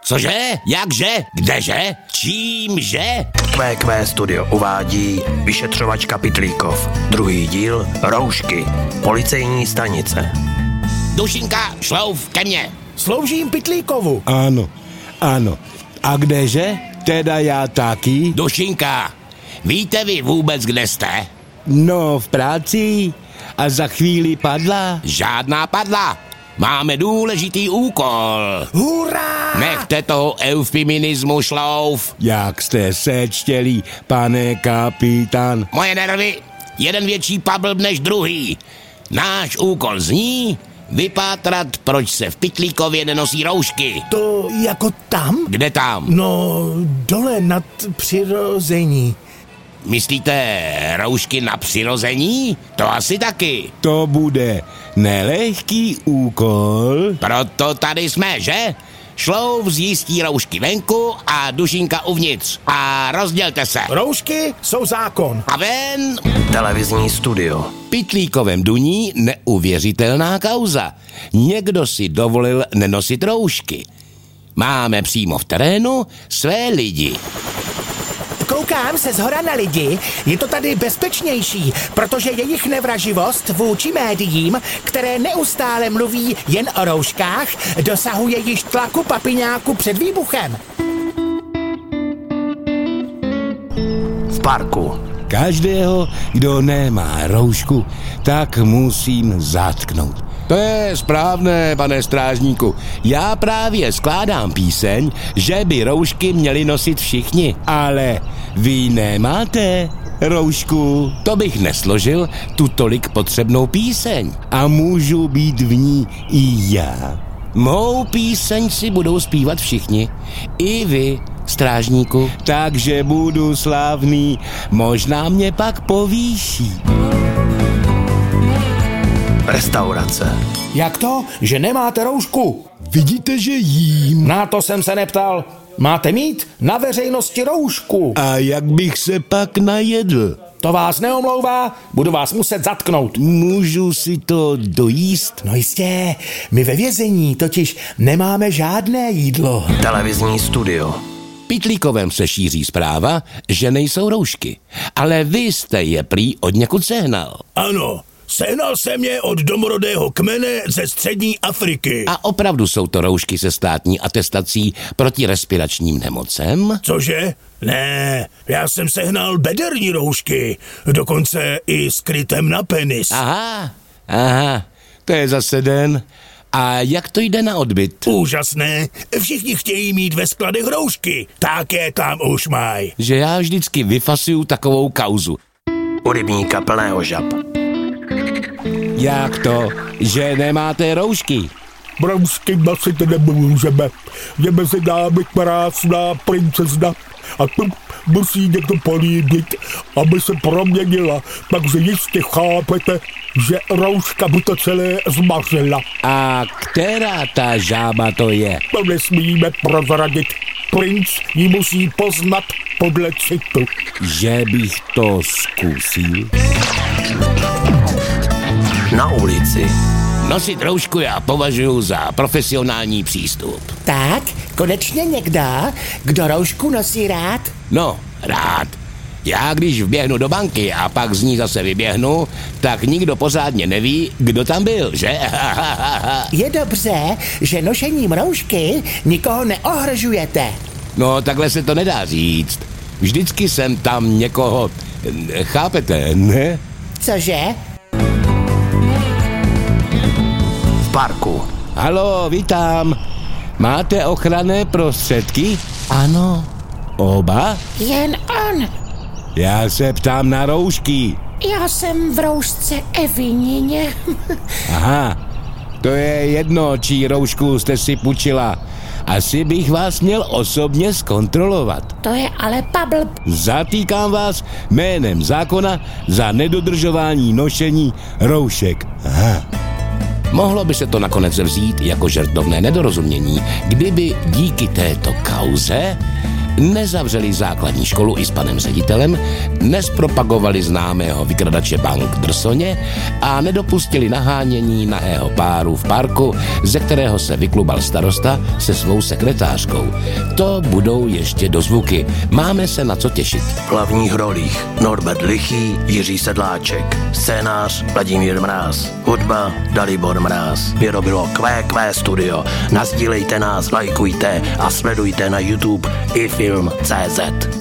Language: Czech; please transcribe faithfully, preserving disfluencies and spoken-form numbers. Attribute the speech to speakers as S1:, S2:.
S1: Cože? Jakže? Kdeže? Čímže?
S2: Q Q Studio uvádí vyšetřovačka Pytlíkov. Druhý díl Roušky. Policejní stanice.
S1: Dušinka, šlouf ke mně.
S3: Sloužím Pytlíkovu.
S4: Ano, ano. A kdeže? Teda já taky.
S1: Dušinka, víte vy vůbec, kde jste?
S4: No, v práci. A za chvíli padla.
S1: Žádná padla. Máme důležitý úkol.
S3: Hurá!
S1: Nechte toho eufeminismu, šlouf.
S4: Jak jste sečtělí, pane kapitán.
S1: Moje nervy, jeden větší pablb než druhý. Náš úkol zní vypátrat, proč se v Pytlíkově nenosí roušky.
S3: To jako tam?
S1: Kde tam?
S3: No, dole nad přirození.
S1: Myslíte roušky na přirození? To asi taky.
S4: To bude nelehký úkol.
S1: Proto tady jsme, že? Šlouf zjistí roušky venku a Dušinka uvnitř. A rozdělte se.
S3: Roušky jsou zákon.
S1: A ven...
S2: Televizní studio.
S1: Pytlíkovem Duní neuvěřitelná kauza. Někdo si dovolil nenosit roušky. Máme přímo v terénu své lidi.
S3: Koukám se zhora na lidi, je to tady bezpečnější, protože jejich nevraživost vůči médiím, které neustále mluví jen o rouškách, dosahuje již tlaku papiňáku před výbuchem.
S2: V parku.
S4: Každého, kdo nemá roušku, tak musím zatknout. To je správné, pane strážníku. Já právě skládám píseň, že by roušky měli nosit všichni. Ale vy nemáte roušku. To bych nesložil tu tolik potřebnou píseň. A můžu být v ní i já. Mou píseň si budou zpívat všichni. I vy, strážníku. Takže budu slávný. Možná mě pak povýší.
S2: Restaurace.
S3: Jak to, že nemáte roušku?
S4: Vidíte, že jím.
S3: Na to jsem se neptal. Máte mít na veřejnosti roušku.
S4: A jak bych se pak najedl?
S3: To vás neomlouvá, budu vás muset zatknout.
S4: Můžu si to dojíst?
S3: No jistě, my ve vězení totiž nemáme žádné jídlo.
S2: Televizní studio.
S1: Pytlíkovem se šíří zpráva, že nejsou roušky. Ale vy jste je prý od někud sehnal.
S5: Ano, sehnal jsem je od domorodého kmene ze střední Afriky.
S1: A opravdu jsou to roušky se státní atestací proti respiračním nemocem?
S5: Cože? Ne, já jsem sehnal bederní roušky, dokonce i s krytem na penis.
S1: Aha, aha, to je zase den. A jak to jde na odbyt?
S5: Úžasné, všichni chtějí mít ve skladech roušky, tak je tam už mají.
S1: Že já vždycky vyfasuju takovou kauzu.
S2: U rybníka plného žab.
S4: Jak to, že nemáte roušky?
S6: Roušky nosit nemůžeme. Je mezi námi krásná princezna a tu musí někdo políbit, aby se proměnila. Takže jistě chápete, že rouška by to celé zmařila.
S4: A která ta žába to je?
S6: To nesmíme prozradit. Princ ji musí poznat podle citu.
S4: Že bych to zkusil?
S2: Na ulici.
S1: Nosit roušku já považuji za profesionální přístup.
S3: Tak, konečně někdo, kdo roušku nosí rád?
S1: No, rád. Já když vběhnu do banky a pak z ní zase vyběhnu, tak nikdo pořádně neví, kdo tam byl, že?
S3: Je dobře, že nošením roušky nikoho neohrožujete.
S1: No, takhle se to nedá říct. Vždycky jsem tam někoho... Chápete, ne?
S3: Cože?
S2: V parku.
S4: Haló, vítám. Máte ochranné prostředky?
S1: Ano.
S4: Oba?
S7: Jen on.
S4: Já se ptám na roušky.
S7: Já jsem v roušce Evinině.
S4: Aha, to je jedno, čí roušku jste si půjčila. Asi bych vás měl osobně zkontrolovat.
S7: To je ale pablb.
S4: Zatýkám vás jménem zákona za nedodržování nošení roušek. Aha.
S1: Mohlo by se to nakonec vzít jako žertovné nedorozumění, kdyby díky této kauze nezavřeli základní školu i s panem ředitelem, nespropagovali známého vykradače bank v Drsoně a nedopustili nahánění nahého páru v parku, ze kterého se vyklubal starosta se svou sekretářkou. To budou ještě dozvuky. Máme se na co těšit.
S2: V hlavních rolích Norbert Lichý, Jiří Sedláček, scénář Vladimír Mráz, hudba Dalibor Mráz. Vyrobilo Q Q Studio. Nazdílejte nás, lajkujte a sledujte na YouTube i film tečka cé zet.